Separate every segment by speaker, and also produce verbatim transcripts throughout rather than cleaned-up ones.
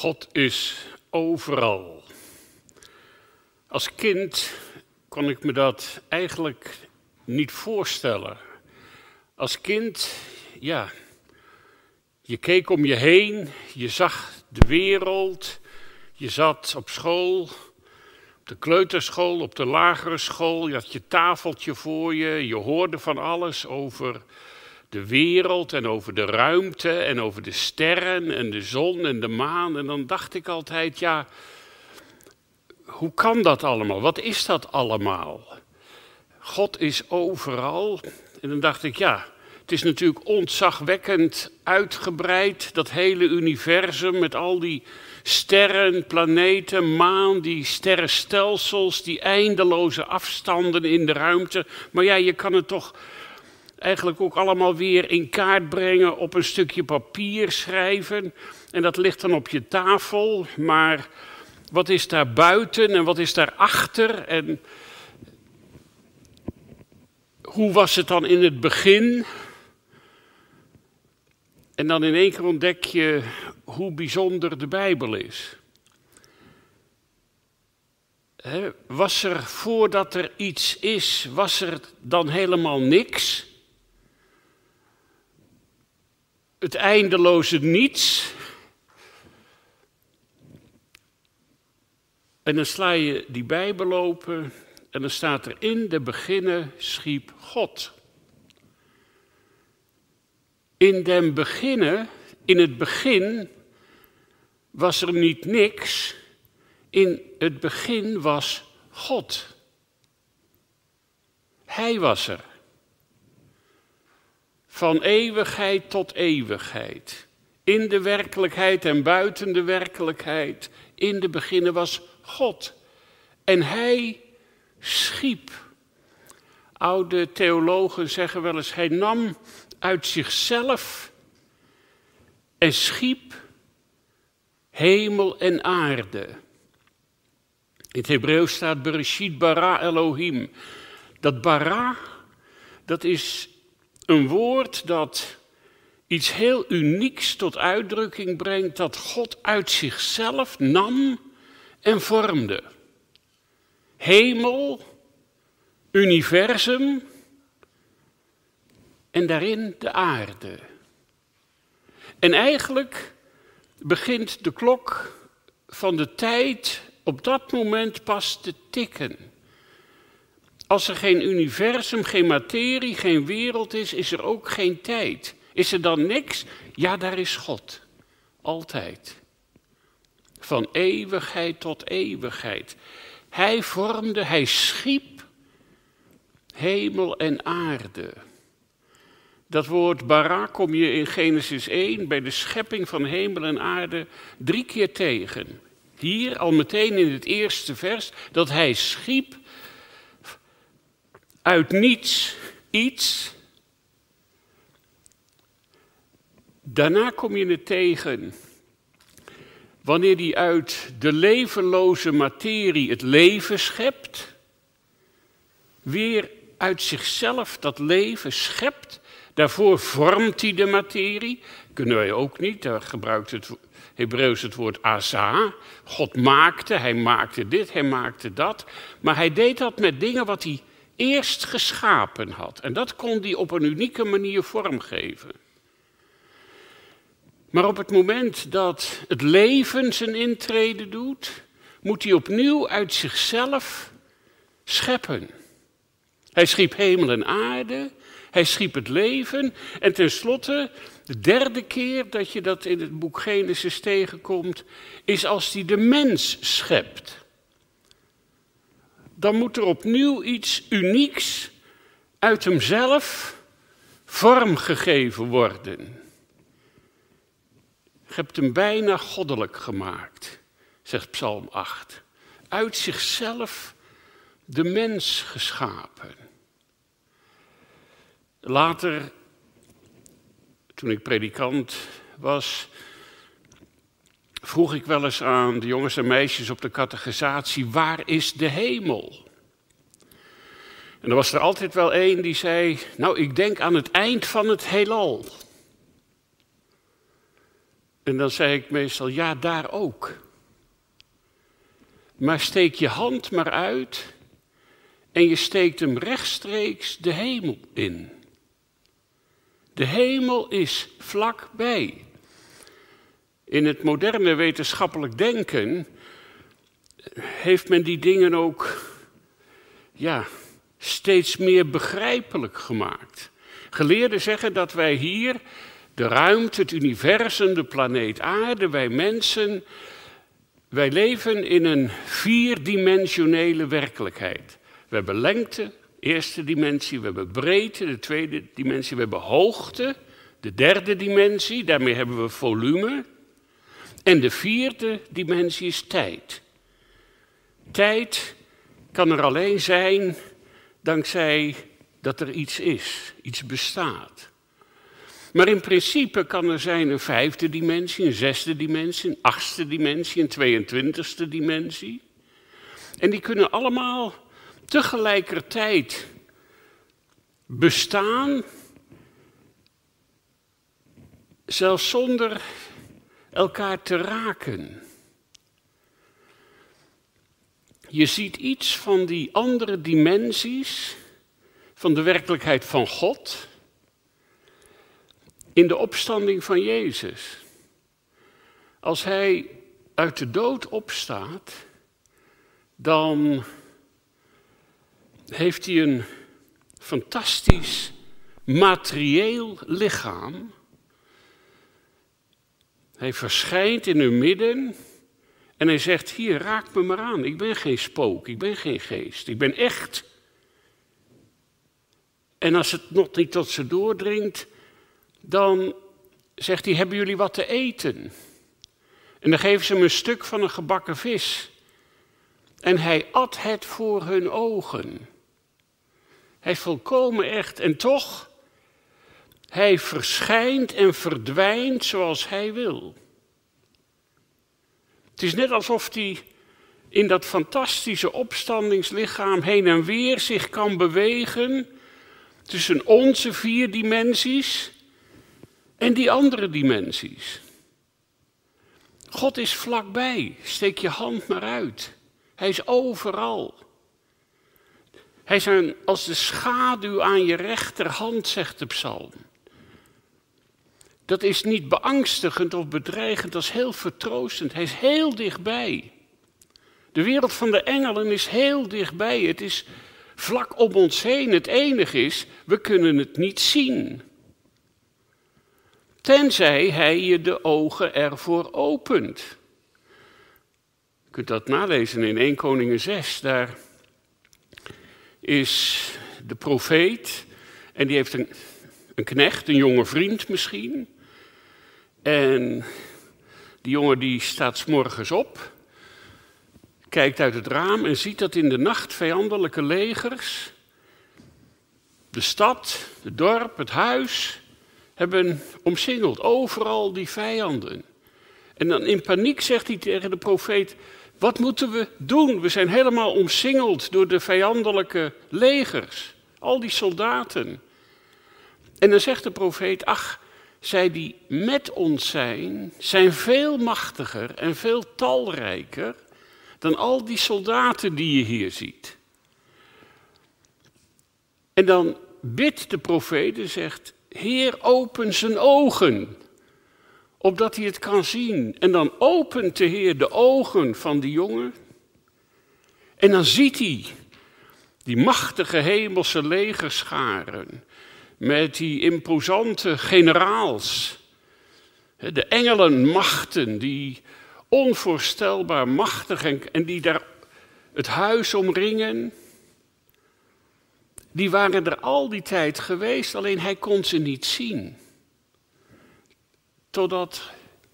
Speaker 1: God is overal. Als kind kon ik me dat eigenlijk niet voorstellen. Als kind, ja, je keek om je heen, je zag de wereld, je zat op school, op de kleuterschool, op de lagere school, je had je tafeltje voor je, je hoorde van alles over de wereld en over de ruimte en over de sterren en de zon en de maan. En dan dacht ik altijd, ja, hoe kan dat allemaal? Wat is dat allemaal? God is overal. En dan dacht ik, ja, het is natuurlijk ontzagwekkend uitgebreid, dat hele universum met al die sterren, planeten, maan, die sterrenstelsels, die eindeloze afstanden in de ruimte. Maar ja, je kan het toch eigenlijk ook allemaal weer in kaart brengen, op een stukje papier schrijven. En dat ligt dan op je tafel, maar wat is daar buiten en wat is daar achter? En hoe was het dan in het begin? En dan in één keer ontdek je hoe bijzonder de Bijbel is. He, was er voordat er iets is, was er dan helemaal niks? Het eindeloze niets. En dan sla je die Bijbel open en dan staat er in de beginnen schiep God. In den beginnen, in het begin was er niet niks. In het begin was God. Hij was er. Van eeuwigheid tot eeuwigheid. In de werkelijkheid en buiten de werkelijkheid. In de beginnen was God. En hij schiep. Oude theologen zeggen wel eens, hij nam uit zichzelf en schiep hemel en aarde. In het Hebreeuws staat Bereshit bara Elohim. Dat bara, dat is een woord dat iets heel unieks tot uitdrukking brengt, dat God uit zichzelf nam en vormde. Hemel, universum en daarin de aarde. En eigenlijk begint de klok van de tijd op dat moment pas te tikken. Als er geen universum, geen materie, geen wereld is, is er ook geen tijd. Is er dan niks? Ja, daar is God. Altijd. Van eeuwigheid tot eeuwigheid. Hij vormde, hij schiep hemel en aarde. Dat woord bara kom je in Genesis één bij de schepping van hemel en aarde drie keer tegen. Hier al meteen in het eerste vers dat hij schiep uit niets iets. Daarna kom je het tegen wanneer hij uit de levenloze materie het leven schept. Weer uit zichzelf dat leven schept. Daarvoor vormt hij de materie. Kunnen wij ook niet, daar gebruikt het Hebreeuws het woord asa. God maakte, hij maakte dit, hij maakte dat. Maar hij deed dat met dingen wat hij eerst geschapen had. En dat kon hij op een unieke manier vormgeven. Maar op het moment dat het leven zijn intrede doet, moet hij opnieuw uit zichzelf scheppen. Hij schiep hemel en aarde, hij schiep het leven en tenslotte, de derde keer dat je dat in het boek Genesis tegenkomt, is als hij de mens schept. Dan moet er opnieuw iets unieks uit hemzelf vormgegeven worden. Je hebt hem bijna goddelijk gemaakt, zegt Psalm acht. Uit zichzelf de mens geschapen. Later, toen ik predikant was, vroeg ik wel eens aan de jongens en meisjes op de catechisatie, waar is de hemel? En er was er altijd wel één die zei, nou ik denk aan het eind van het heelal. En dan zei ik meestal, ja, daar ook. Maar steek je hand maar uit en je steekt hem rechtstreeks de hemel in. De hemel is vlakbij. In het moderne wetenschappelijk denken heeft men die dingen ook ja, steeds meer begrijpelijk gemaakt. Geleerden zeggen dat wij hier, de ruimte, het universum, de planeet aarde, wij mensen, wij leven in een vierdimensionele werkelijkheid. We hebben lengte, eerste dimensie, we hebben breedte, de tweede dimensie, we hebben hoogte, de derde dimensie, daarmee hebben we volume. En de vierde dimensie is tijd. Tijd kan er alleen zijn dankzij dat er iets is, iets bestaat. Maar in principe kan er zijn een vijfde dimensie, een zesde dimensie, een achtste dimensie, een tweeëntwintigste dimensie. En die kunnen allemaal tegelijkertijd bestaan, zelfs zonder elkaar te raken. Je ziet iets van die andere dimensies van de werkelijkheid van God in de opstanding van Jezus. Als hij uit de dood opstaat, dan heeft hij een fantastisch materieel lichaam. Hij verschijnt in hun midden en hij zegt, hier, raak me maar aan. Ik ben geen spook, ik ben geen geest, ik ben echt. En als het nog niet tot ze doordringt, dan zegt hij, hebben jullie wat te eten? En dan geven ze hem een stuk van een gebakken vis. En hij at het voor hun ogen. Hij is volkomen echt. En toch, hij verschijnt en verdwijnt zoals hij wil. Het is net alsof hij in dat fantastische opstandingslichaam heen en weer zich kan bewegen tussen onze vier dimensies en die andere dimensies. God is vlakbij. Steek je hand maar uit. Hij is overal. Hij is een, als de schaduw aan je rechterhand, zegt de psalm. Dat is niet beangstigend of bedreigend, dat is heel vertroostend. Hij is heel dichtbij. De wereld van de engelen is heel dichtbij. Het is vlak om ons heen. Het enige is, we kunnen het niet zien. Tenzij hij je de ogen ervoor opent. Je kunt dat nalezen in Eerste Koningen zes. Daar is de profeet en die heeft een, een knecht, een jonge vriend misschien. En die jongen die staat 's morgens op, kijkt uit het raam en ziet dat in de nacht vijandelijke legers de stad, het dorp, het huis hebben omsingeld. Overal die vijanden. En dan in paniek zegt hij tegen de profeet, wat moeten we doen? We zijn helemaal omsingeld door de vijandelijke legers. Al die soldaten. En dan zegt de profeet, ach, zij die met ons zijn, zijn veel machtiger en veel talrijker dan al die soldaten die je hier ziet. En dan bidt de profeet en zegt, Heer, open zijn ogen, opdat hij het kan zien. En dan opent de Heer de ogen van die jongen. En dan ziet hij die machtige hemelse legerscharen met die imposante generaals. De engelenmachten die onvoorstelbaar machtig en, en die daar het huis omringen. Die waren er al die tijd geweest, alleen hij kon ze niet zien. Totdat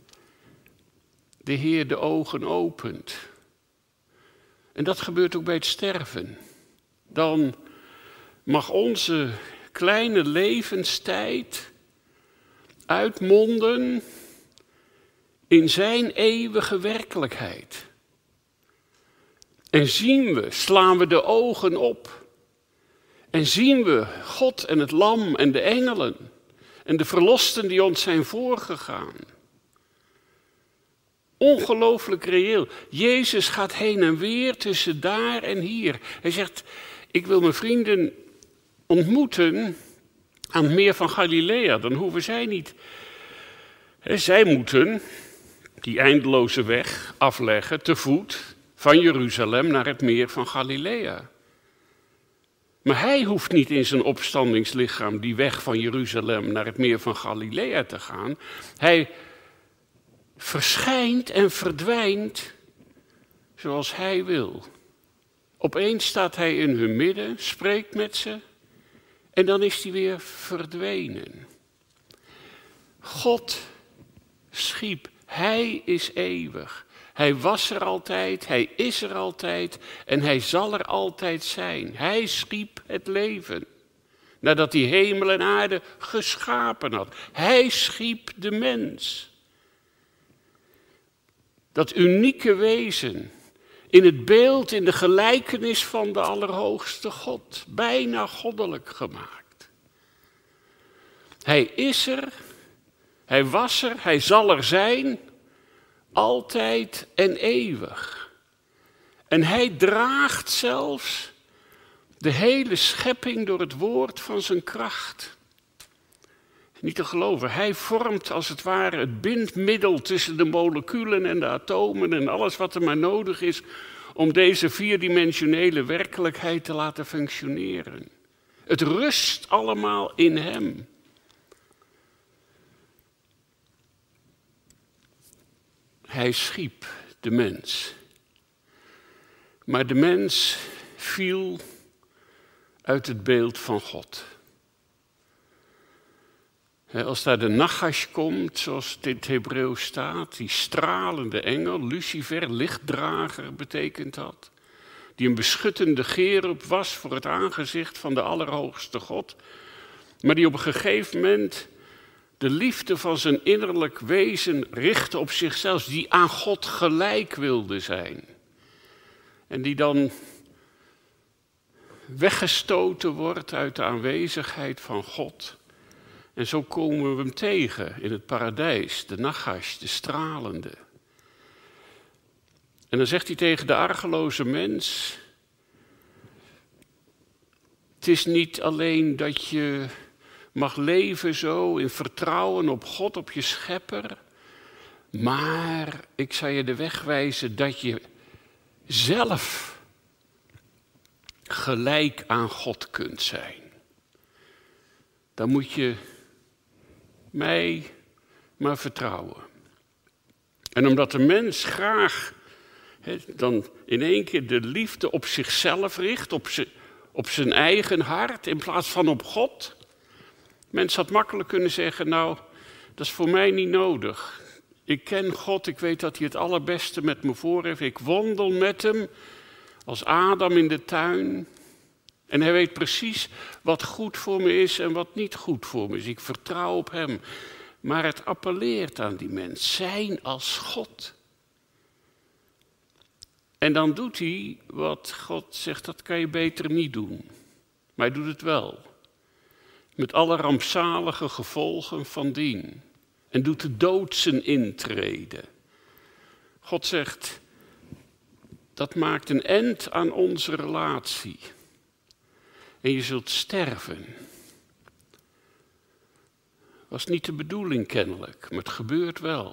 Speaker 1: de Heer de ogen opent. En dat gebeurt ook bij het sterven. Dan mag onze kleine levenstijd uitmonden in zijn eeuwige werkelijkheid. En zien we, slaan we de ogen op. En zien we God en het lam en de engelen en de verlosten die ons zijn voorgegaan. Ongelooflijk reëel. Jezus gaat heen en weer tussen daar en hier. Hij zegt, ik wil mijn vrienden ontmoeten aan het meer van Galilea. Dan hoeven zij niet. He, zij moeten die eindeloze weg afleggen te voet van Jeruzalem naar het meer van Galilea. Maar hij hoeft niet in zijn opstandingslichaam die weg van Jeruzalem naar het meer van Galilea te gaan. Hij verschijnt en verdwijnt zoals hij wil. Opeens staat hij in hun midden, spreekt met ze en dan is hij weer verdwenen. God schiep, hij is eeuwig. Hij was er altijd, hij is er altijd en hij zal er altijd zijn. Hij schiep het leven, nadat hij hemel en aarde geschapen had. Hij schiep de mens. Dat unieke wezen, in het beeld, in de gelijkenis van de Allerhoogste God, bijna goddelijk gemaakt. Hij is er, hij was er, hij zal er zijn, altijd en eeuwig. En hij draagt zelfs de hele schepping door het woord van zijn kracht. Niet te geloven, hij vormt als het ware het bindmiddel tussen de moleculen en de atomen en alles wat er maar nodig is om deze vierdimensionele werkelijkheid te laten functioneren. Het rust allemaal in hem. Hij schiep de mens. Maar de mens viel uit het beeld van God. Als daar de Nachash komt, zoals het in het Hebreeuws staat, die stralende engel, Lucifer, lichtdrager betekent dat, die een beschuttende gerub was voor het aangezicht van de Allerhoogste God, maar die op een gegeven moment de liefde van zijn innerlijk wezen richtte op zichzelf, die aan God gelijk wilde zijn. En die dan weggestoten wordt uit de aanwezigheid van God. En zo komen we hem tegen in het paradijs, de Nachash, de stralende. En dan zegt hij tegen de argeloze mens, het is niet alleen dat je mag leven zo in vertrouwen op God, op je schepper, maar ik zal je de weg wijzen dat je zelf gelijk aan God kunt zijn. Dan moet je mij maar vertrouwen. En omdat de mens graag he, dan in één keer de liefde op zichzelf richt, op, z- op zijn eigen hart, in plaats van op God. Mens had makkelijk kunnen zeggen, nou, dat is voor mij niet nodig. Ik ken God, ik weet dat hij het allerbeste met me voor heeft. Ik wandel met hem als Adam in de tuin. En hij weet precies wat goed voor me is en wat niet goed voor me is. Ik vertrouw op hem. Maar het appelleert aan die mens. Zijn als God. En dan doet hij wat God zegt, dat kan je beter niet doen. Maar hij doet het wel. Met alle rampzalige gevolgen van dien. En doet de dood zijn intrede. God zegt, dat maakt een eind aan onze relatie. En je zult sterven. Was niet de bedoeling kennelijk, maar het gebeurt wel.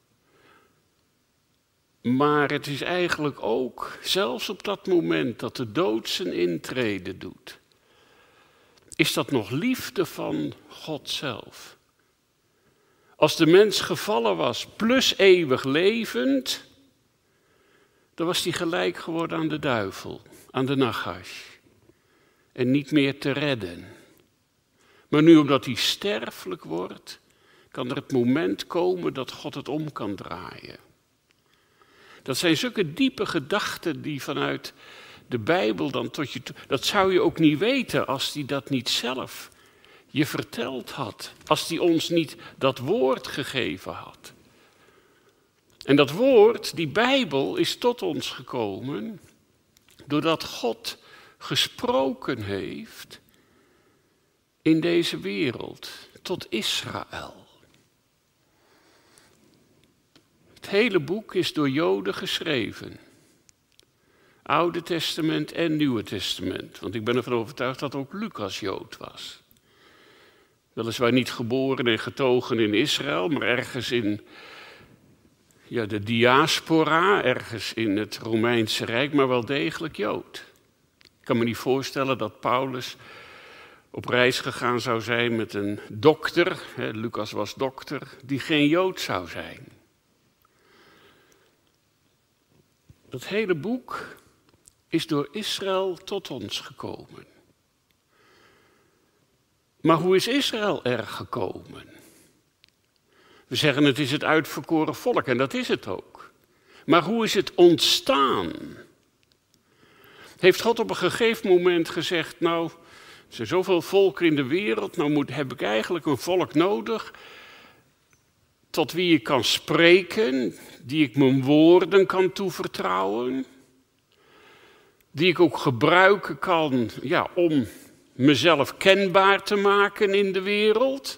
Speaker 1: Maar het is eigenlijk ook, zelfs op dat moment dat de dood zijn intrede doet, is dat nog liefde van God zelf. Als de mens gevallen was, plus eeuwig levend, dan was hij gelijk geworden aan de duivel, aan de Nachash. En niet meer te redden. Maar nu omdat hij sterfelijk wordt, kan er het moment komen dat God het om kan draaien. Dat zijn zulke diepe gedachten die vanuit de Bijbel dan tot je toe... Dat zou je ook niet weten als hij dat niet zelf je verteld had. Als hij ons niet dat woord gegeven had. En dat woord, die Bijbel, is tot ons gekomen doordat God gesproken heeft in deze wereld tot Israël. Het hele boek is door Joden geschreven. Oude Testament en Nieuwe Testament. Want ik ben ervan overtuigd dat ook Lucas Jood was. Weliswaar niet geboren en getogen in Israël, maar ergens in ja, de diaspora, ergens in het Romeinse Rijk, maar wel degelijk Jood. Ik kan me niet voorstellen dat Paulus op reis gegaan zou zijn met een dokter, hè, Lucas was dokter, die geen Jood zou zijn. Dat hele boek is door Israël tot ons gekomen. Maar hoe is Israël er gekomen? We zeggen het is het uitverkoren volk en dat is het ook. Maar hoe is het ontstaan? Heeft God op een gegeven moment gezegd, nou, er zijn zoveel volken in de wereld, nou moet, heb ik eigenlijk een volk nodig tot wie ik kan spreken, die ik mijn woorden kan toevertrouwen, die ik ook gebruiken kan ja, om mezelf kenbaar te maken in de wereld.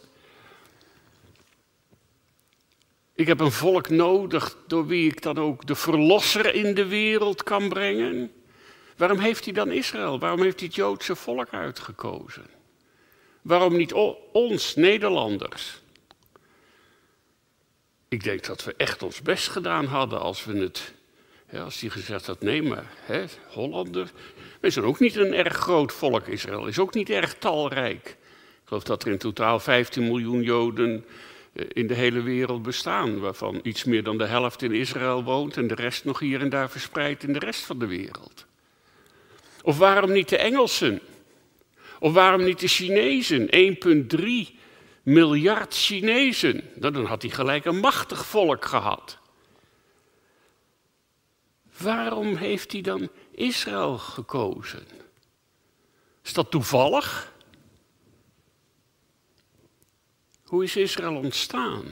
Speaker 1: Ik heb een volk nodig door wie ik dan ook de verlosser in de wereld kan brengen. Waarom heeft hij dan Israël? Waarom heeft hij het Joodse volk uitgekozen? Waarom niet ons, Nederlanders? Ik denk dat we echt ons best gedaan hadden als we het, ja, als hij gezegd had, nee maar, hè, Hollander. We zijn ook niet een erg groot volk, Israël is ook niet erg talrijk. Ik geloof dat er in totaal vijftien miljoen Joden in de hele wereld bestaan, waarvan iets meer dan de helft in Israël woont en de rest nog hier en daar verspreid in de rest van de wereld. Of waarom niet de Engelsen? Of waarom niet de Chinezen? één komma drie miljard Chinezen. Nou, dan had hij gelijk een machtig volk gehad. Waarom heeft hij dan Israël gekozen? Is dat toevallig? Hoe is Israël ontstaan?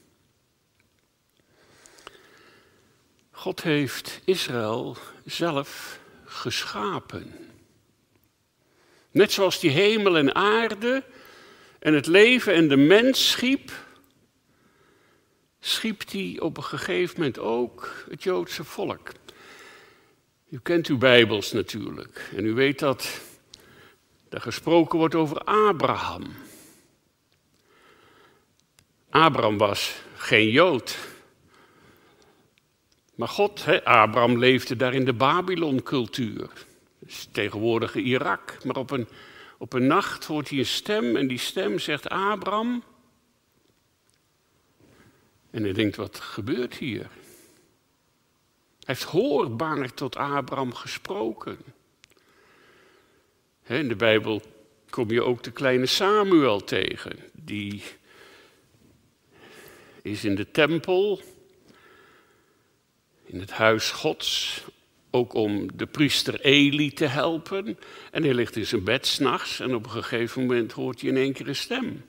Speaker 1: God heeft Israël zelf geschapen. Net zoals die hemel en aarde en het leven en de mens schiep, schiep hij op een gegeven moment ook het Joodse volk. U kent uw Bijbels natuurlijk en u weet dat er gesproken wordt over Abraham. Abraham was geen Jood. Maar God, hè, Abraham leefde daar in de Babylon-cultuur. Dus tegenwoordige Irak. Maar op een, op een nacht hoort hij een stem en die stem zegt Abraham. En hij denkt, wat gebeurt hier? Hij heeft hoorbaar tot Abraham gesproken. Hè, in de Bijbel kom je ook de kleine Samuel tegen. Die is in de tempel, in het huis Gods, ook om de priester Eli te helpen. En hij ligt in zijn bed 's nachts en op een gegeven moment hoort hij in één keer een stem.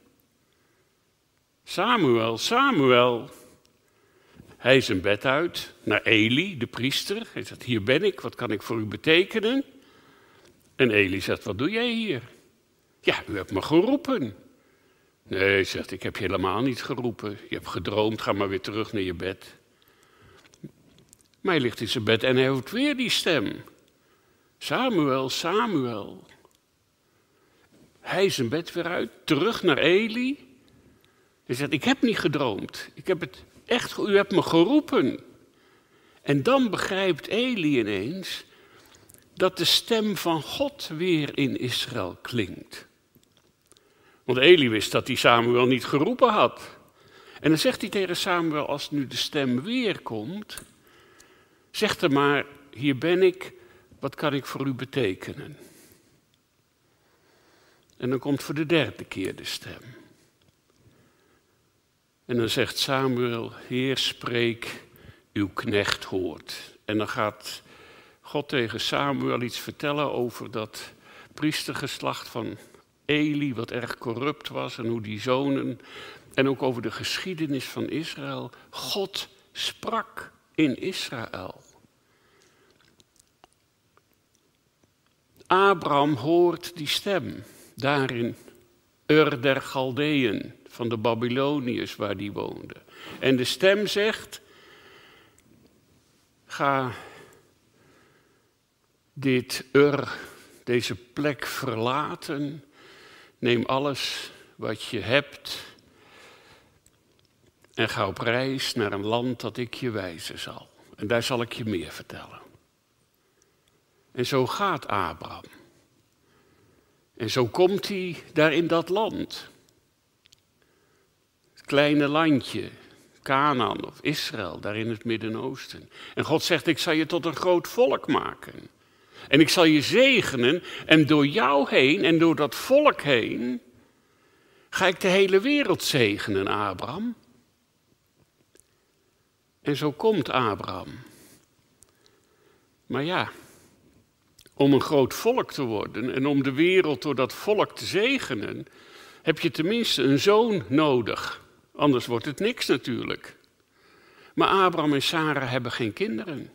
Speaker 1: Samuel, Samuel. Hij is zijn bed uit naar Eli, de priester. Hij zegt, hier ben ik, wat kan ik voor u betekenen? En Eli zegt, wat doe jij hier? Ja, u hebt me geroepen. Nee, zegt, ik heb je helemaal niet geroepen. Je hebt gedroomd, ga maar weer terug naar je bed. Maar hij ligt in zijn bed en hij hoort weer die stem. Samuel, Samuel. Hij is zijn bed weer uit, terug naar Eli. Hij zegt, ik heb niet gedroomd. Ik heb het echt, u hebt me geroepen. En dan begrijpt Eli ineens dat de stem van God weer in Israël klinkt. Want Eli wist dat hij Samuel niet geroepen had. En dan zegt hij tegen Samuel, als nu de stem weer komt, zeg er maar, hier ben ik, wat kan ik voor u betekenen? En dan komt voor de derde keer de stem. En dan zegt Samuel, Heer, spreek, uw knecht hoort. En dan gaat God tegen Samuel iets vertellen over dat priestergeslacht van Eli, wat erg corrupt was en hoe die zonen, en ook over de geschiedenis van Israël. God sprak in Israël. Abraham hoort die stem, daarin Ur der Chaldeeën, van de Babyloniërs waar die woonden. En de stem zegt, Ga dit Ur, deze plek verlaten. Neem alles wat je hebt en ga op reis naar een land dat ik je wijzen zal. En daar zal ik je meer vertellen. En zo gaat Abraham. En zo komt hij daar in dat land. Het kleine landje, Canaan of Israël, daar in het Midden-Oosten. En God zegt, ik zal je tot een groot volk maken. En ik zal je zegenen en door jou heen en door dat volk heen ga ik de hele wereld zegenen, Abraham. En zo komt Abraham. Maar ja, om een groot volk te worden en om de wereld door dat volk te zegenen, heb je tenminste een zoon nodig. Anders wordt het niks natuurlijk. Maar Abraham en Sarah hebben geen kinderen.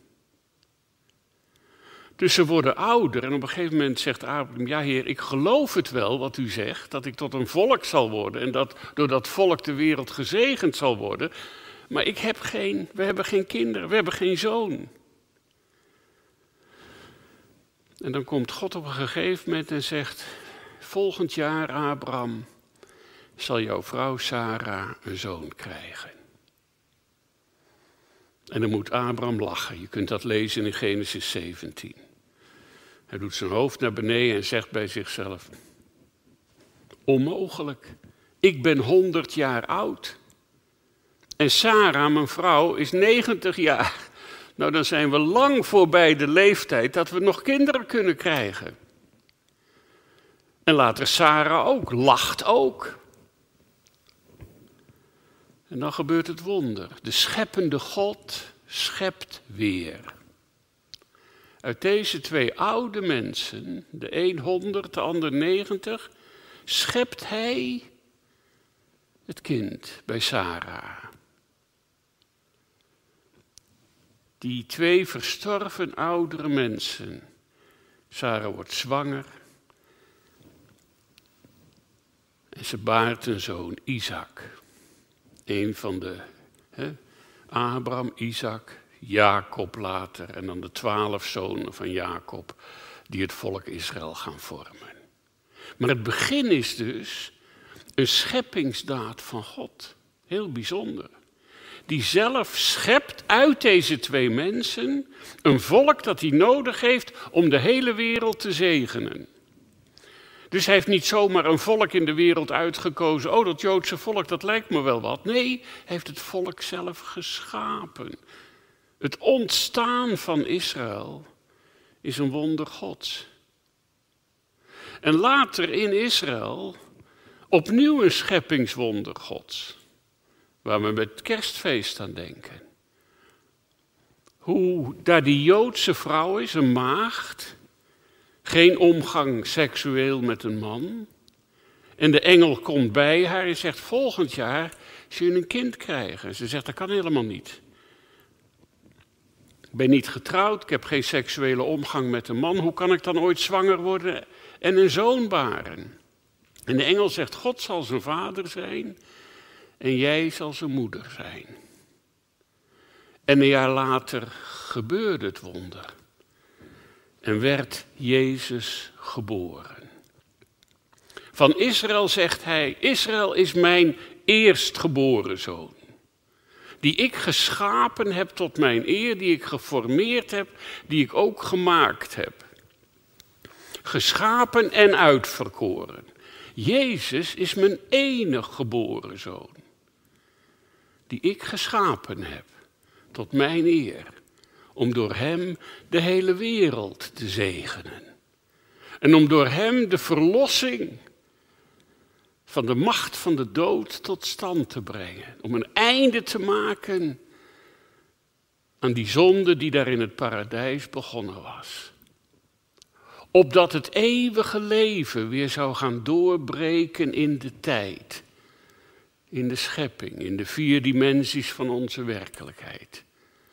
Speaker 1: Dus ze worden ouder en op een gegeven moment zegt Abraham, ja Heer, ik geloof het wel wat u zegt, dat ik tot een volk zal worden en dat door dat volk de wereld gezegend zal worden. Maar ik heb geen, we hebben geen kinderen, we hebben geen zoon. En dan komt God op een gegeven moment en zegt, volgend jaar Abraham zal jouw vrouw Sarah een zoon krijgen. En dan moet Abraham lachen. Je kunt dat lezen in Genesis zeventien. Hij doet zijn hoofd naar beneden en zegt bij zichzelf, onmogelijk. Ik ben honderd jaar oud. En Sarah, mijn vrouw, is negentig jaar. Nou, dan zijn we lang voorbij de leeftijd dat we nog kinderen kunnen krijgen. En later Sarah ook, lacht ook. En dan gebeurt het wonder. De scheppende God schept weer. Uit deze twee oude mensen, de een honderd, de ander negentig, schept hij het kind bij Sarah. Die twee verstorven oudere mensen. Sarah wordt zwanger. En ze baart een zoon, Isaac. Een van de, hè, Abraham, Isaac, Jacob later. En dan de twaalf zonen van Jacob die het volk Israël gaan vormen. Maar het begin is dus een scheppingsdaad van God. Heel bijzonder. Die zelf schept uit deze twee mensen een volk dat hij nodig heeft om de hele wereld te zegenen. Dus hij heeft niet zomaar een volk in de wereld uitgekozen. Oh, dat Joodse volk, dat lijkt me wel wat. Nee, hij heeft het volk zelf geschapen. Het ontstaan van Israël is een wonder Gods. En later in Israël opnieuw een scheppingswonder Gods. Waar we met kerstfeest aan denken. Hoe daar die Joodse vrouw is, een maagd. Geen omgang seksueel met een man. En de engel komt bij haar en zegt, volgend jaar zul je een kind krijgen. Ze zegt, dat kan helemaal niet. Ik ben niet getrouwd, ik heb geen seksuele omgang met een man. Hoe kan ik dan ooit zwanger worden en een zoon baren? En de engel zegt, God zal zijn vader zijn en jij zal zijn moeder zijn. En een jaar later gebeurde het wonder. En werd Jezus geboren. Van Israël zegt hij, Israël is mijn eerstgeboren zoon. Die ik geschapen heb tot mijn eer, die ik geformeerd heb, die ik ook gemaakt heb. Geschapen en uitverkoren. Jezus is mijn enige geboren zoon. Die ik geschapen heb tot mijn eer. Om door hem de hele wereld te zegenen. En om door hem de verlossing van de macht van de dood tot stand te brengen. Om een einde te maken aan die zonde die daar in het paradijs begonnen was. Opdat het eeuwige leven weer zou gaan doorbreken in de tijd. In de schepping, in de vier dimensies van onze werkelijkheid.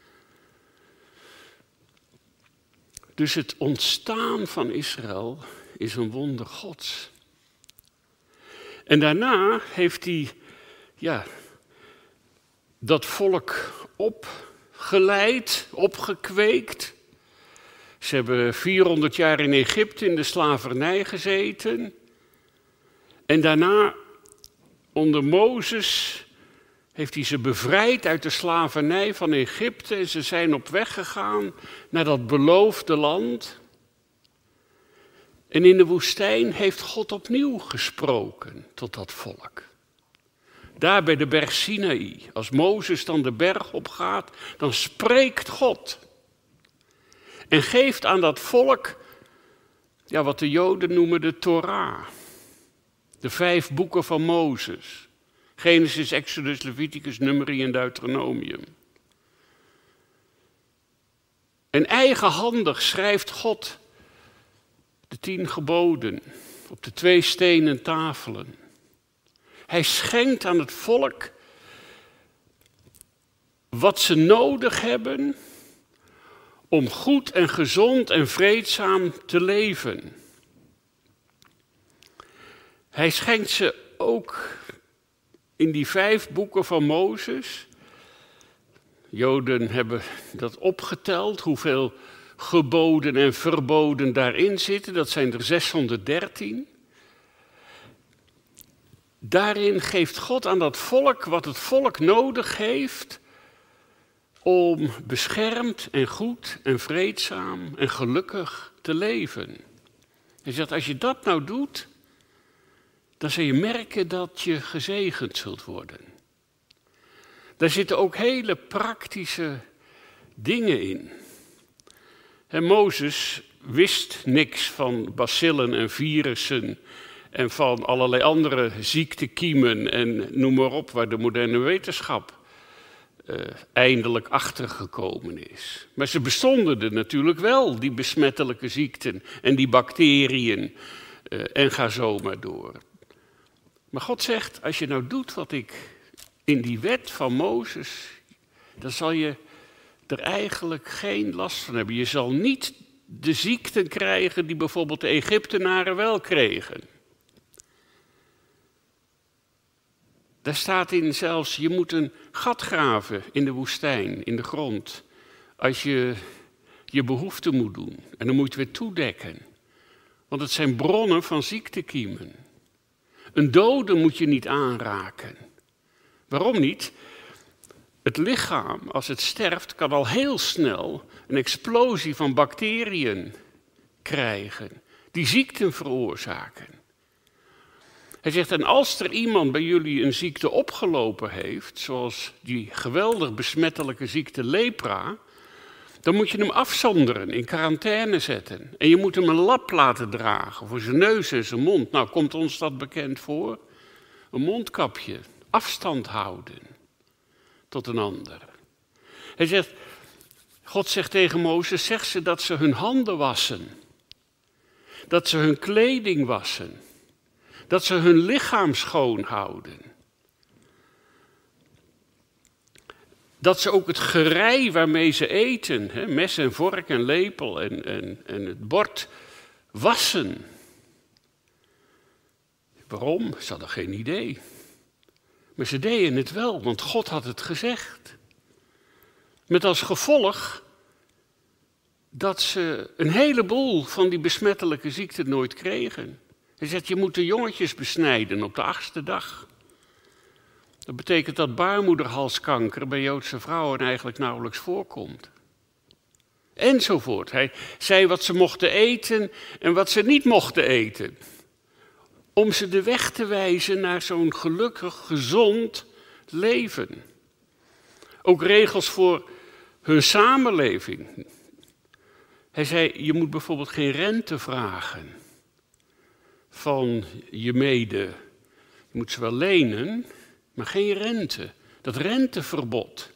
Speaker 1: Dus het ontstaan van Israël is een wonder Gods. En daarna heeft hij ja, dat volk op geleid, opgekweekt. Ze hebben vierhonderd jaar in Egypte in de slavernij gezeten. En daarna, onder Mozes, heeft hij ze bevrijd uit de slavernij van Egypte. En ze zijn op weg gegaan naar dat beloofde land. En in de woestijn heeft God opnieuw gesproken tot dat volk. Daar bij de berg Sinaï, als Mozes dan de berg opgaat, dan spreekt God. En geeft aan dat volk, ja, wat de Joden noemen de Torah. De vijf boeken van Mozes. Genesis, Exodus, Leviticus, Numeri en Deuteronomium. En eigenhandig schrijft God de tien geboden op de twee stenen tafelen. Hij schenkt aan het volk wat ze nodig hebben om goed en gezond en vreedzaam te leven. Hij schenkt ze ook in die vijf boeken van Mozes. Joden hebben dat opgeteld, hoeveel geboden en verboden daarin zitten. Dat zijn er zeshonderddertien. Daarin geeft God aan dat volk wat het volk nodig heeft om beschermd en goed en vreedzaam en gelukkig te leven. Hij zegt, als je dat nou doet, dan zul je merken dat je gezegend zult worden. Daar zitten ook hele praktische dingen in. En Mozes wist niks van bacillen en virussen en van allerlei andere ziektekiemen en noem maar op, waar de moderne wetenschap uh, eindelijk achtergekomen is. Maar ze bestonden er natuurlijk wel, die besmettelijke ziekten en die bacteriën uh, en ga zo maar door. Maar God zegt, als je nou doet wat ik in die wet van Mozes, dan zal je er eigenlijk geen last van hebben. Je zal niet de ziekten krijgen die bijvoorbeeld de Egyptenaren wel kregen. Daar staat in zelfs, je moet een gat graven in de woestijn, in de grond, als je je behoefte moet doen. En dan moet je het weer toedekken. Want het zijn bronnen van ziektekiemen. Een dode moet je niet aanraken. Waarom niet? Het lichaam, als het sterft, kan al heel snel een explosie van bacteriën krijgen, die ziekten veroorzaken. Hij zegt, en als er iemand bij jullie een ziekte opgelopen heeft, zoals die geweldig besmettelijke ziekte lepra, dan moet je hem afzonderen, in quarantaine zetten. En je moet hem een lap laten dragen voor zijn neus en zijn mond. Nou, komt ons dat bekend voor? Een mondkapje, afstand houden tot een ander. Hij zegt, God zegt tegen Mozes, zeg ze dat ze hun handen wassen. Dat ze hun kleding wassen. Dat ze hun lichaam schoonhouden. Dat ze ook het gerei waarmee ze eten, hè, mes en vork en lepel en, en, en het bord, wassen. Waarom? Ze hadden geen idee. Maar ze deden het wel, want God had het gezegd. Met als gevolg dat ze een heleboel van die besmettelijke ziekten nooit kregen. Hij zegt, je moet de jongetjes besnijden op de achtste dag. Dat betekent dat baarmoederhalskanker bij Joodse vrouwen eigenlijk nauwelijks voorkomt. Enzovoort. Hij zei wat ze mochten eten en wat ze niet mochten eten. Om ze de weg te wijzen naar zo'n gelukkig, gezond leven. Ook regels voor hun samenleving. Hij zei, je moet bijvoorbeeld geen rente vragen van je mede. Je moet ze wel lenen, maar geen rente. Dat renteverbod.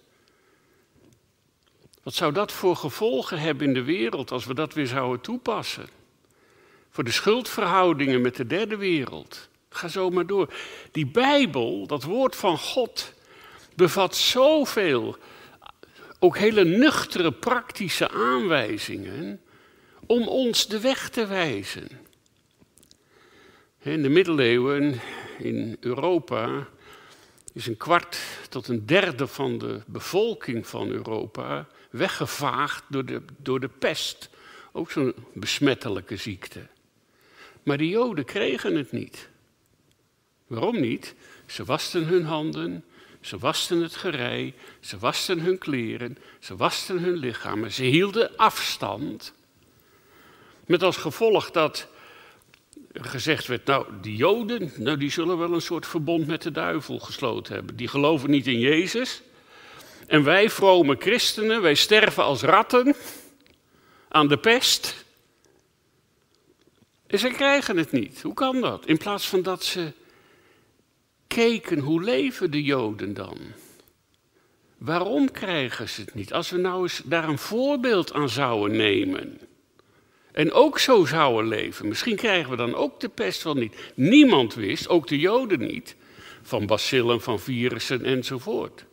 Speaker 1: Wat zou dat voor gevolgen hebben in de wereld als we dat weer zouden toepassen? Voor de schuldverhoudingen met de derde wereld. Ga zo maar door. Die Bijbel, dat woord van God, bevat zoveel, ook hele nuchtere praktische aanwijzingen om ons de weg te wijzen. In de middeleeuwen in Europa is een kwart tot een derde van de bevolking van Europa weggevaagd door de, door de pest. Ook zo'n besmettelijke ziekte. Maar de Joden kregen het niet. Waarom niet? Ze wasten hun handen, ze wasten het gerei, ze wasten hun kleren, ze wasten hun lichamen. Ze hielden afstand. Met als gevolg dat gezegd werd, nou, die Joden, nou, die zullen wel een soort verbond met de duivel gesloten hebben. Die geloven niet in Jezus. En wij, vrome christenen, wij sterven als ratten aan de pest. En ze krijgen het niet. Hoe kan dat? In plaats van dat ze keken, hoe leven de Joden dan? Waarom krijgen ze het niet? Als we nou eens daar een voorbeeld aan zouden nemen en ook zo zouden leven, misschien krijgen we dan ook de pest wel niet. Niemand wist, ook de Joden niet, van bacillen, van virussen enzovoort.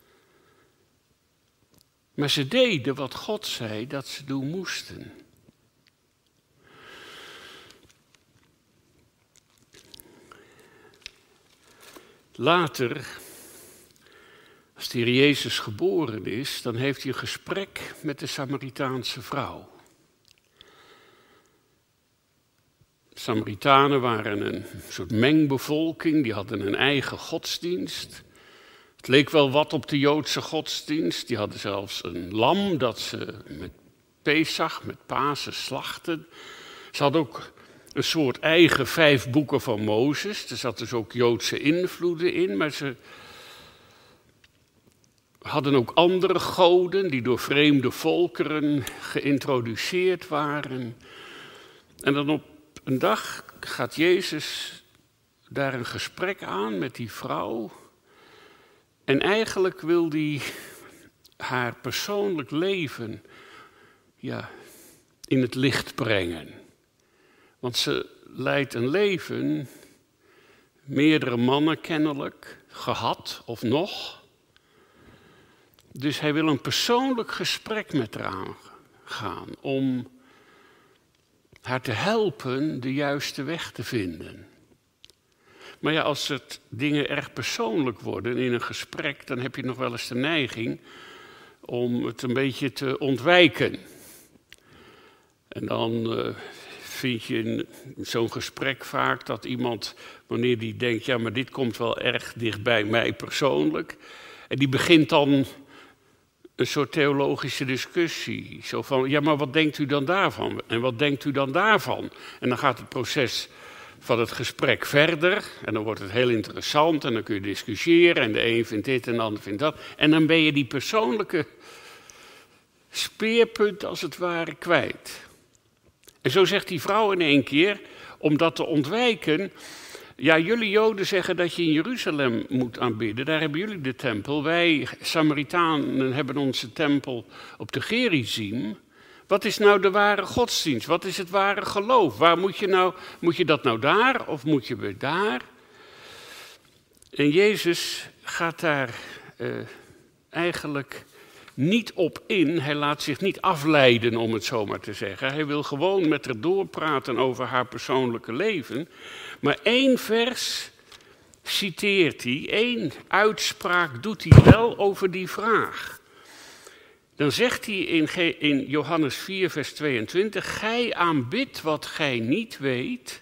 Speaker 1: Maar ze deden wat God zei dat ze doen moesten. Later, als de Heer Jezus geboren is, dan heeft hij een gesprek met de Samaritaanse vrouw. De Samaritanen waren een soort mengbevolking, die hadden een eigen godsdienst. Het leek wel wat op de Joodse godsdienst. Die hadden zelfs een lam dat ze met Pesach, met Pasen slachten. Ze hadden ook een soort eigen vijf boeken van Mozes. Er zat dus ook Joodse invloeden in, maar ze hadden ook andere goden die door vreemde volkeren geïntroduceerd waren. En dan op een dag gaat Jezus daar een gesprek aan met die vrouw. En eigenlijk wil hij haar persoonlijk leven ja, in het licht brengen. Want ze leidt een leven, meerdere mannen kennelijk, gehad of nog. Dus hij wil een persoonlijk gesprek met haar aangaan om haar te helpen de juiste weg te vinden. Maar ja, als het dingen erg persoonlijk worden in een gesprek, dan heb je nog wel eens de neiging om het een beetje te ontwijken. En dan uh, vind je in zo'n gesprek vaak dat iemand, wanneer die denkt, ja, maar dit komt wel erg dicht bij mij persoonlijk. En die begint dan een soort theologische discussie. Zo van, ja, maar wat denkt u dan daarvan? En wat denkt u dan daarvan? En dan gaat het proces van het gesprek verder. En dan wordt het heel interessant en dan kun je discussiëren. En de een vindt dit en de ander vindt dat. En dan ben je die persoonlijke speerpunt als het ware kwijt. En zo zegt die vrouw in één keer, om dat te ontwijken, ja, jullie Joden zeggen dat je in Jeruzalem moet aanbidden, daar hebben jullie de tempel. Wij Samaritanen hebben onze tempel op de Gerizim. Wat is nou de ware godsdienst? Wat is het ware geloof? Waar moet je nou, moet je dat nou daar of moet je weer daar? En Jezus gaat daar uh, eigenlijk niet op in. Hij laat zich niet afleiden, om het zo maar te zeggen. Hij wil gewoon met haar doorpraten over haar persoonlijke leven. Maar één vers citeert hij, één uitspraak doet hij wel over die vraag. Dan zegt hij in, in Johannes vier, vers tweeëntwintig, gij aanbidt wat gij niet weet.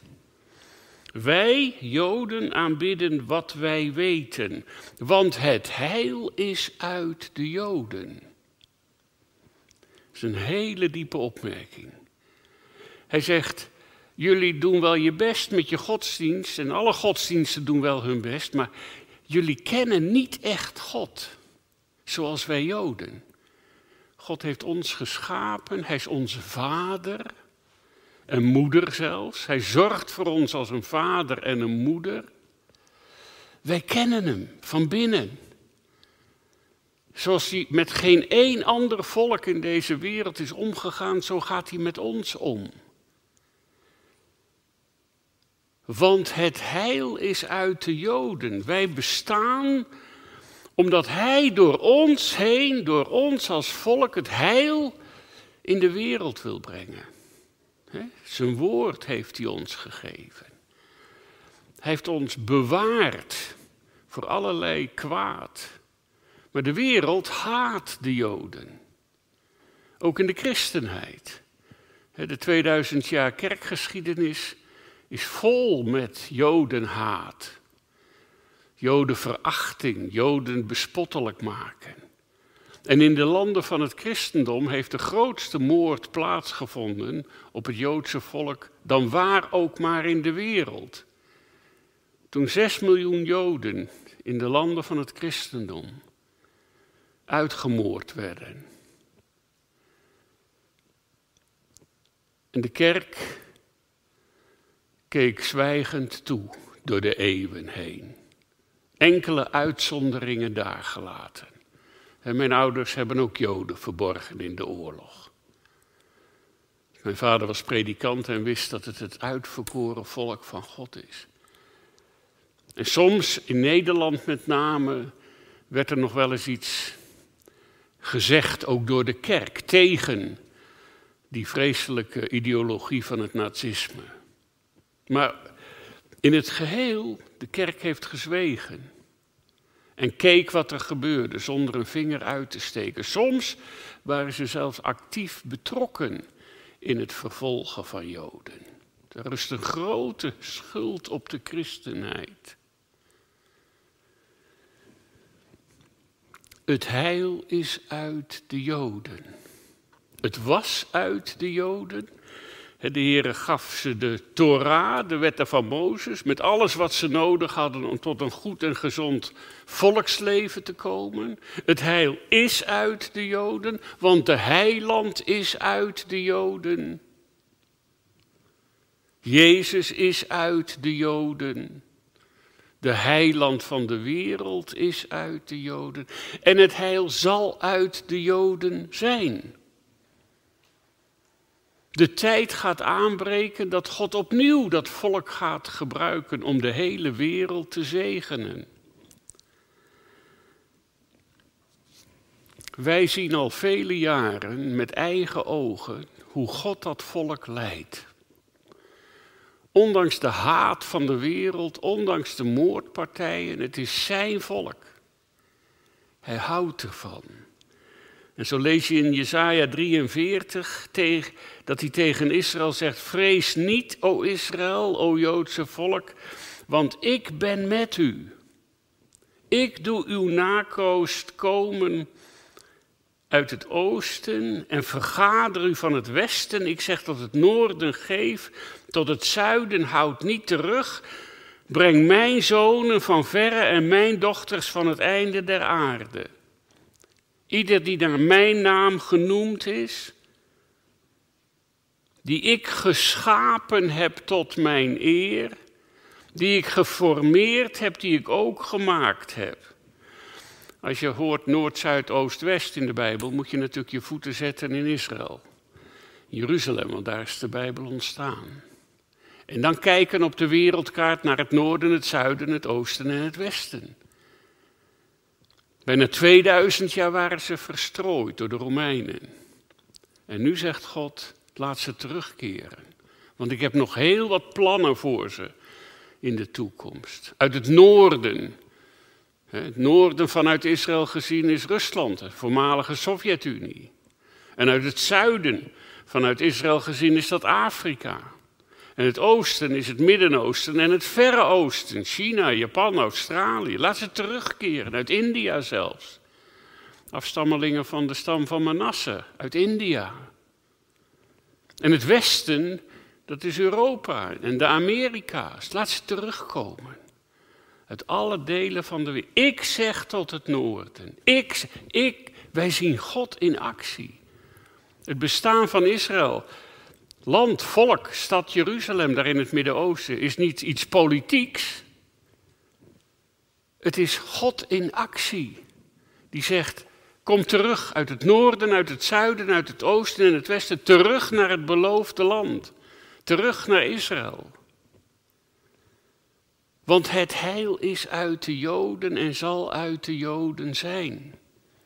Speaker 1: Wij, Joden, aanbidden wat wij weten, want het heil is uit de Joden. Dat is een hele diepe opmerking. Hij zegt, jullie doen wel je best met je godsdienst en alle godsdiensten doen wel hun best, maar jullie kennen niet echt God, zoals wij Joden. God heeft ons geschapen, hij is onze vader, een moeder zelfs. Hij zorgt voor ons als een vader en een moeder. Wij kennen hem van binnen. Zoals hij met geen één ander volk in deze wereld is omgegaan, zo gaat hij met ons om. Want het heil is uit de Joden. Wij bestaan omdat hij door ons heen, door ons als volk, het heil in de wereld wil brengen. He? Zijn woord heeft hij ons gegeven. Hij heeft ons bewaard voor allerlei kwaad. Maar de wereld haat de Joden. Ook in de christenheid. De tweeduizend jaar kerkgeschiedenis is vol met Jodenhaat. Jodenverachting, Joden bespottelijk maken. En in de landen van het christendom heeft de grootste moord plaatsgevonden op het Joodse volk dan waar ook maar in de wereld. Toen zes miljoen Joden in de landen van het christendom uitgemoord werden. En de kerk keek zwijgend toe door de eeuwen heen. Enkele uitzonderingen daargelaten. En mijn ouders hebben ook Joden verborgen in de oorlog. Mijn vader was predikant en wist dat het het uitverkoren volk van God is. En soms, in Nederland met name, werd er nog wel eens iets gezegd, ook door de kerk, tegen die vreselijke ideologie van het nazisme. Maar in het geheel, de kerk heeft gezwegen. En keek wat er gebeurde, zonder een vinger uit te steken. Soms waren ze zelfs actief betrokken in het vervolgen van Joden. Er rust een grote schuld op de christenheid. Het heil is uit de Joden. Het was uit de Joden. De Heere gaf ze de Torah, de wetten van Mozes, met alles wat ze nodig hadden om tot een goed en gezond volksleven te komen. Het heil is uit de Joden, want de heiland is uit de Joden. Jezus is uit de Joden. De heiland van de wereld is uit de Joden. En het heil zal uit de Joden zijn. De tijd gaat aanbreken dat God opnieuw dat volk gaat gebruiken om de hele wereld te zegenen. Wij zien al vele jaren met eigen ogen hoe God dat volk leidt. Ondanks de haat van de wereld, ondanks de moordpartijen, het is zijn volk. Hij houdt ervan. En zo lees je in Jesaja drieënveertig tegen, dat hij tegen Israël zegt: vrees niet, o Israël, o Joodse volk, want ik ben met u. Ik doe uw nakroost komen uit het oosten en vergader u van het westen. Ik zeg tot het noorden geef, tot het zuiden houd niet terug. Breng mijn zonen van verre en mijn dochters van het einde der aarde. Ieder die naar mijn naam genoemd is, die ik geschapen heb tot mijn eer, die ik geformeerd heb, die ik ook gemaakt heb. Als je hoort Noord, Zuid, Oost, West in de Bijbel, moet je natuurlijk je voeten zetten in Israël. Jeruzalem, want daar is de Bijbel ontstaan. En dan kijken op de wereldkaart naar het noorden, het zuiden, het oosten en het westen. Bijna tweeduizend jaar waren ze verstrooid door de Romeinen. En nu zegt God, laat ze terugkeren. Want ik heb nog heel wat plannen voor ze in de toekomst. Uit het noorden. Het noorden vanuit Israël gezien is Rusland, de voormalige Sovjet-Unie. En uit het zuiden vanuit Israël gezien is dat Afrika. En het oosten is het Midden-Oosten en het Verre Oosten. China, Japan, Australië. Laat ze terugkeren, uit India zelfs. Afstammelingen van de stam van Manasse, uit India. En het westen, dat is Europa en de Amerika's. Laat ze terugkomen. Uit alle delen van de wereld. Ik zeg tot het noorden. Ik, ik, wij zien God in actie. Het bestaan van Israël, land, volk, stad Jeruzalem, daar in het Midden-Oosten, is niet iets politieks. Het is God in actie. Die zegt, kom terug uit het noorden, uit het zuiden, uit het oosten en het westen. Terug naar het beloofde land. Terug naar Israël. Want het heil is uit de Joden en zal uit de Joden zijn.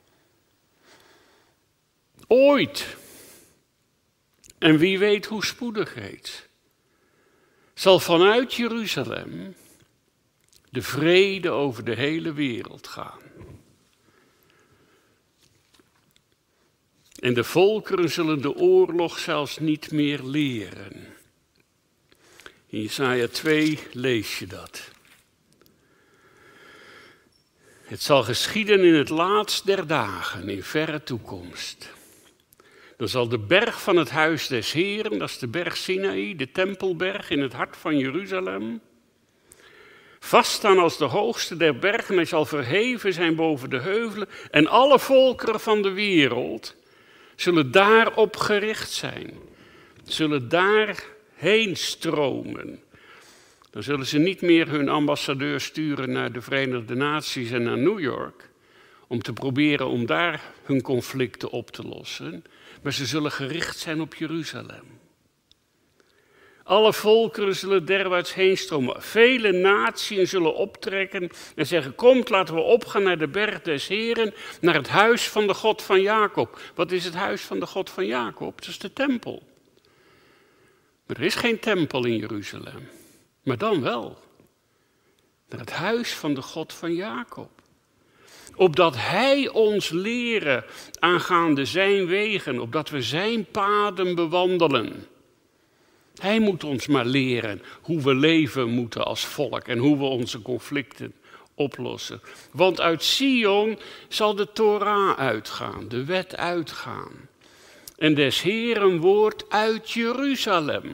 Speaker 1: Ooit, en wie weet hoe spoedig reeds, zal vanuit Jeruzalem de vrede over de hele wereld gaan. En de volkeren zullen de oorlog zelfs niet meer leren. In Jesaja twee lees je dat. Het zal geschieden in het laatst der dagen, in verre toekomst. Dan zal de berg van het huis des Heren, dat is de berg Sinaï, de tempelberg in het hart van Jeruzalem, vaststaan als de hoogste der bergen. Hij zal verheven zijn boven de heuvelen en alle volkeren van de wereld zullen daarop gericht zijn. Zullen daarheen stromen. Dan zullen ze niet meer hun ambassadeur sturen naar de Verenigde Naties en naar New York om te proberen om daar hun conflicten op te lossen. Maar ze zullen gericht zijn op Jeruzalem. Alle volkeren zullen derwaarts heen stromen. Vele naties zullen optrekken en zeggen, komt, laten we opgaan naar de berg des Heren, naar het huis van de God van Jacob. Wat is het huis van de God van Jacob? Dat is de tempel. Maar er is geen tempel in Jeruzalem. Maar dan wel. Naar het huis van de God van Jacob. Opdat hij ons leren aangaande zijn wegen, opdat we zijn paden bewandelen. Hij moet ons maar leren hoe we leven moeten als volk en hoe we onze conflicten oplossen. Want uit Sion zal de Torah uitgaan, de wet uitgaan. En des Heeren woord uit Jeruzalem.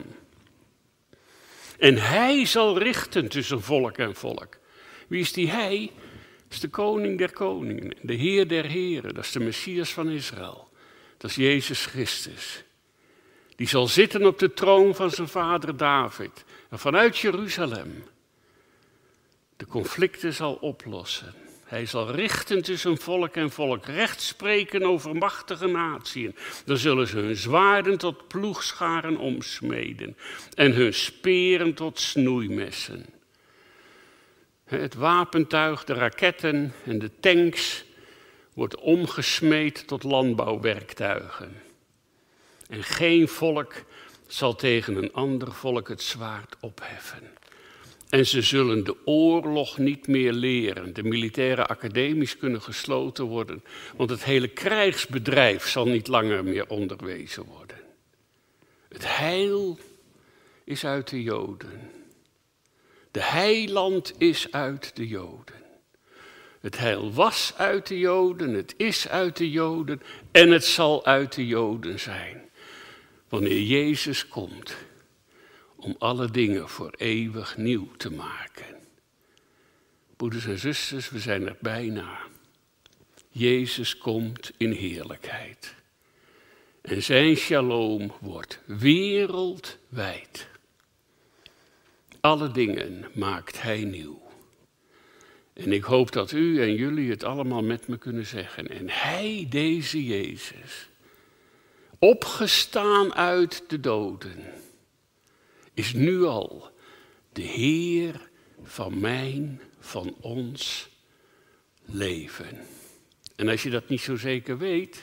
Speaker 1: En hij zal richten tussen volk en volk. Wie is die hij? Dat is de koning der koningen, de Heer der heren. Dat is de Messias van Israël. Dat is Jezus Christus. Die zal zitten op de troon van zijn vader David. En vanuit Jeruzalem de conflicten zal oplossen. Hij zal richten tussen volk en volk, recht spreken over machtige natieën. Dan zullen ze hun zwaarden tot ploegscharen omsmeden en hun speren tot snoeimessen. Het wapentuig, de raketten en de tanks wordt omgesmeed tot landbouwwerktuigen. En geen volk zal tegen een ander volk het zwaard opheffen. En ze zullen de oorlog niet meer leren. De militaire academies kunnen gesloten worden, want het hele krijgsbedrijf zal niet langer meer onderwezen worden. Het heil is uit de Joden. De heiland is uit de Joden. Het heil was uit de Joden, het is uit de Joden en het zal uit de Joden zijn. Wanneer Jezus komt om alle dingen voor eeuwig nieuw te maken. Broeders en zusters, we zijn er bijna. Jezus komt in heerlijkheid. En zijn shalom wordt wereldwijd. Alle dingen maakt hij nieuw. En ik hoop dat u en jullie het allemaal met me kunnen zeggen. En hij, deze Jezus, opgestaan uit de doden, is nu al de Heer van mijn, van ons leven. En als je dat niet zo zeker weet,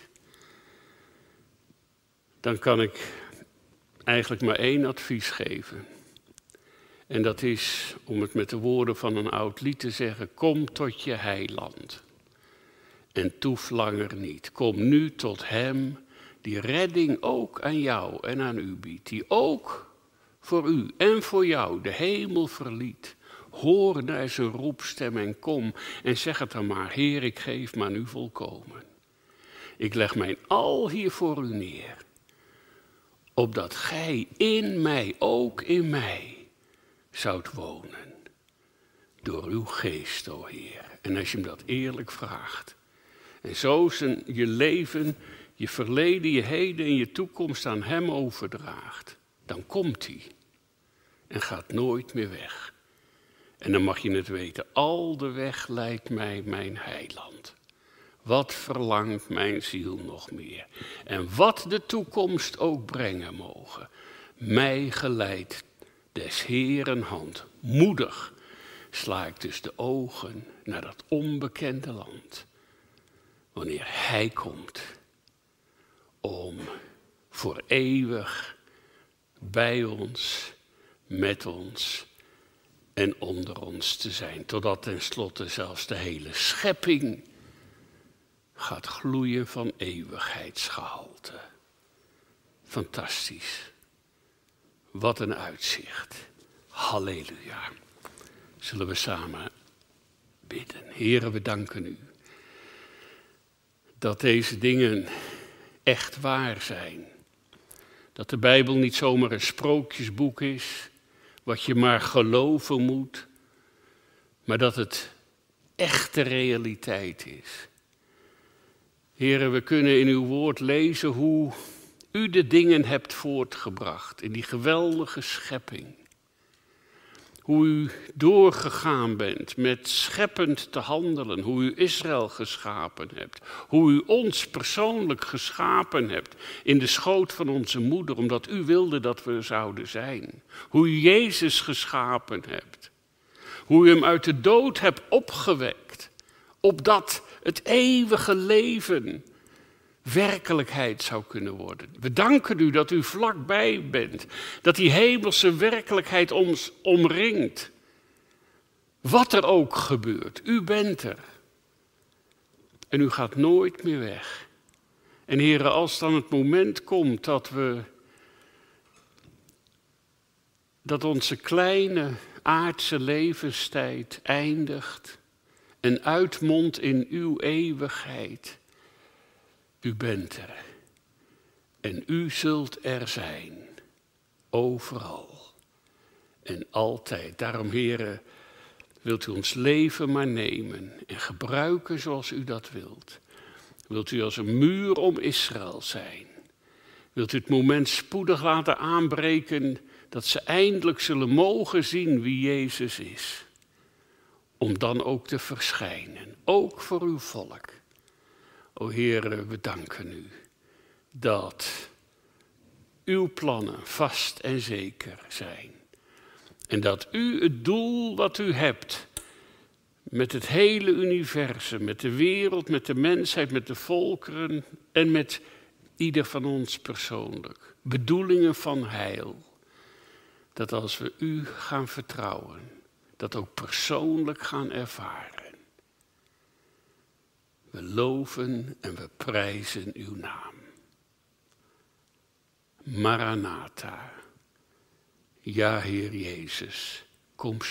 Speaker 1: dan kan ik eigenlijk maar één advies geven. En dat is, om het met de woorden van een oud lied te zeggen, kom tot je heiland en toef langer niet. Kom nu tot hem die redding ook aan jou en aan u biedt, die ook voor u en voor jou de hemel verliet. Hoor naar zijn roepstem en kom en zeg het dan maar, Heer, ik geef me aan u volkomen. Ik leg mijn al hier voor u neer, opdat gij in mij, ook in mij, zoudt wonen. Door uw geest, o Heer. En als je hem dat eerlijk vraagt, en zo zijn je leven, je verleden, je heden en je toekomst aan hem overdraagt, dan komt hij en gaat nooit meer weg. En dan mag je het weten, al de weg leidt mij mijn heiland. Wat verlangt mijn ziel nog meer? En wat de toekomst ook brengen mogen, mij geleidt des Heeren hand. Moedig sla ik dus de ogen naar dat onbekende land, wanneer hij komt om voor eeuwig bij ons, met ons en onder ons te zijn. Totdat tenslotte zelfs de hele schepping gaat gloeien van eeuwigheidsgehalte. Fantastisch. Wat een uitzicht. Halleluja. Zullen we samen bidden. Heere, we danken u dat deze dingen echt waar zijn. Dat de Bijbel niet zomaar een sprookjesboek is, wat je maar geloven moet, maar dat het echte realiteit is. Heere, we kunnen in uw woord lezen hoe u de dingen hebt voortgebracht in die geweldige schepping. Hoe u doorgegaan bent met scheppend te handelen. Hoe u Israël geschapen hebt. Hoe u ons persoonlijk geschapen hebt in de schoot van onze moeder. Omdat u wilde dat we zouden zijn. Hoe u Jezus geschapen hebt. Hoe u hem uit de dood hebt opgewekt. Opdat het eeuwige leven werkelijkheid zou kunnen worden. We danken u dat u vlakbij bent. Dat die hemelse werkelijkheid ons omringt. Wat er ook gebeurt, u bent er. En u gaat nooit meer weg. En Heere, als dan het moment komt dat we, dat onze kleine aardse levenstijd eindigt en uitmondt in uw eeuwigheid. U bent er. En u zult er zijn. Overal. En altijd. Daarom, Heere, wilt u ons leven maar nemen en gebruiken zoals u dat wilt. Wilt u als een muur om Israël zijn. Wilt u het moment spoedig laten aanbreken dat ze eindelijk zullen mogen zien wie Jezus is. Om dan ook te verschijnen. Ook voor uw volk. O Heere, we danken u dat uw plannen vast en zeker zijn. En dat u het doel wat u hebt met het hele universum, met de wereld, met de mensheid, met de volkeren en met ieder van ons persoonlijk. Bedoelingen van heil. Dat als we u gaan vertrouwen, dat ook persoonlijk gaan ervaren. We loven en we prijzen uw naam. Maranatha. Ja, Heer Jezus, kom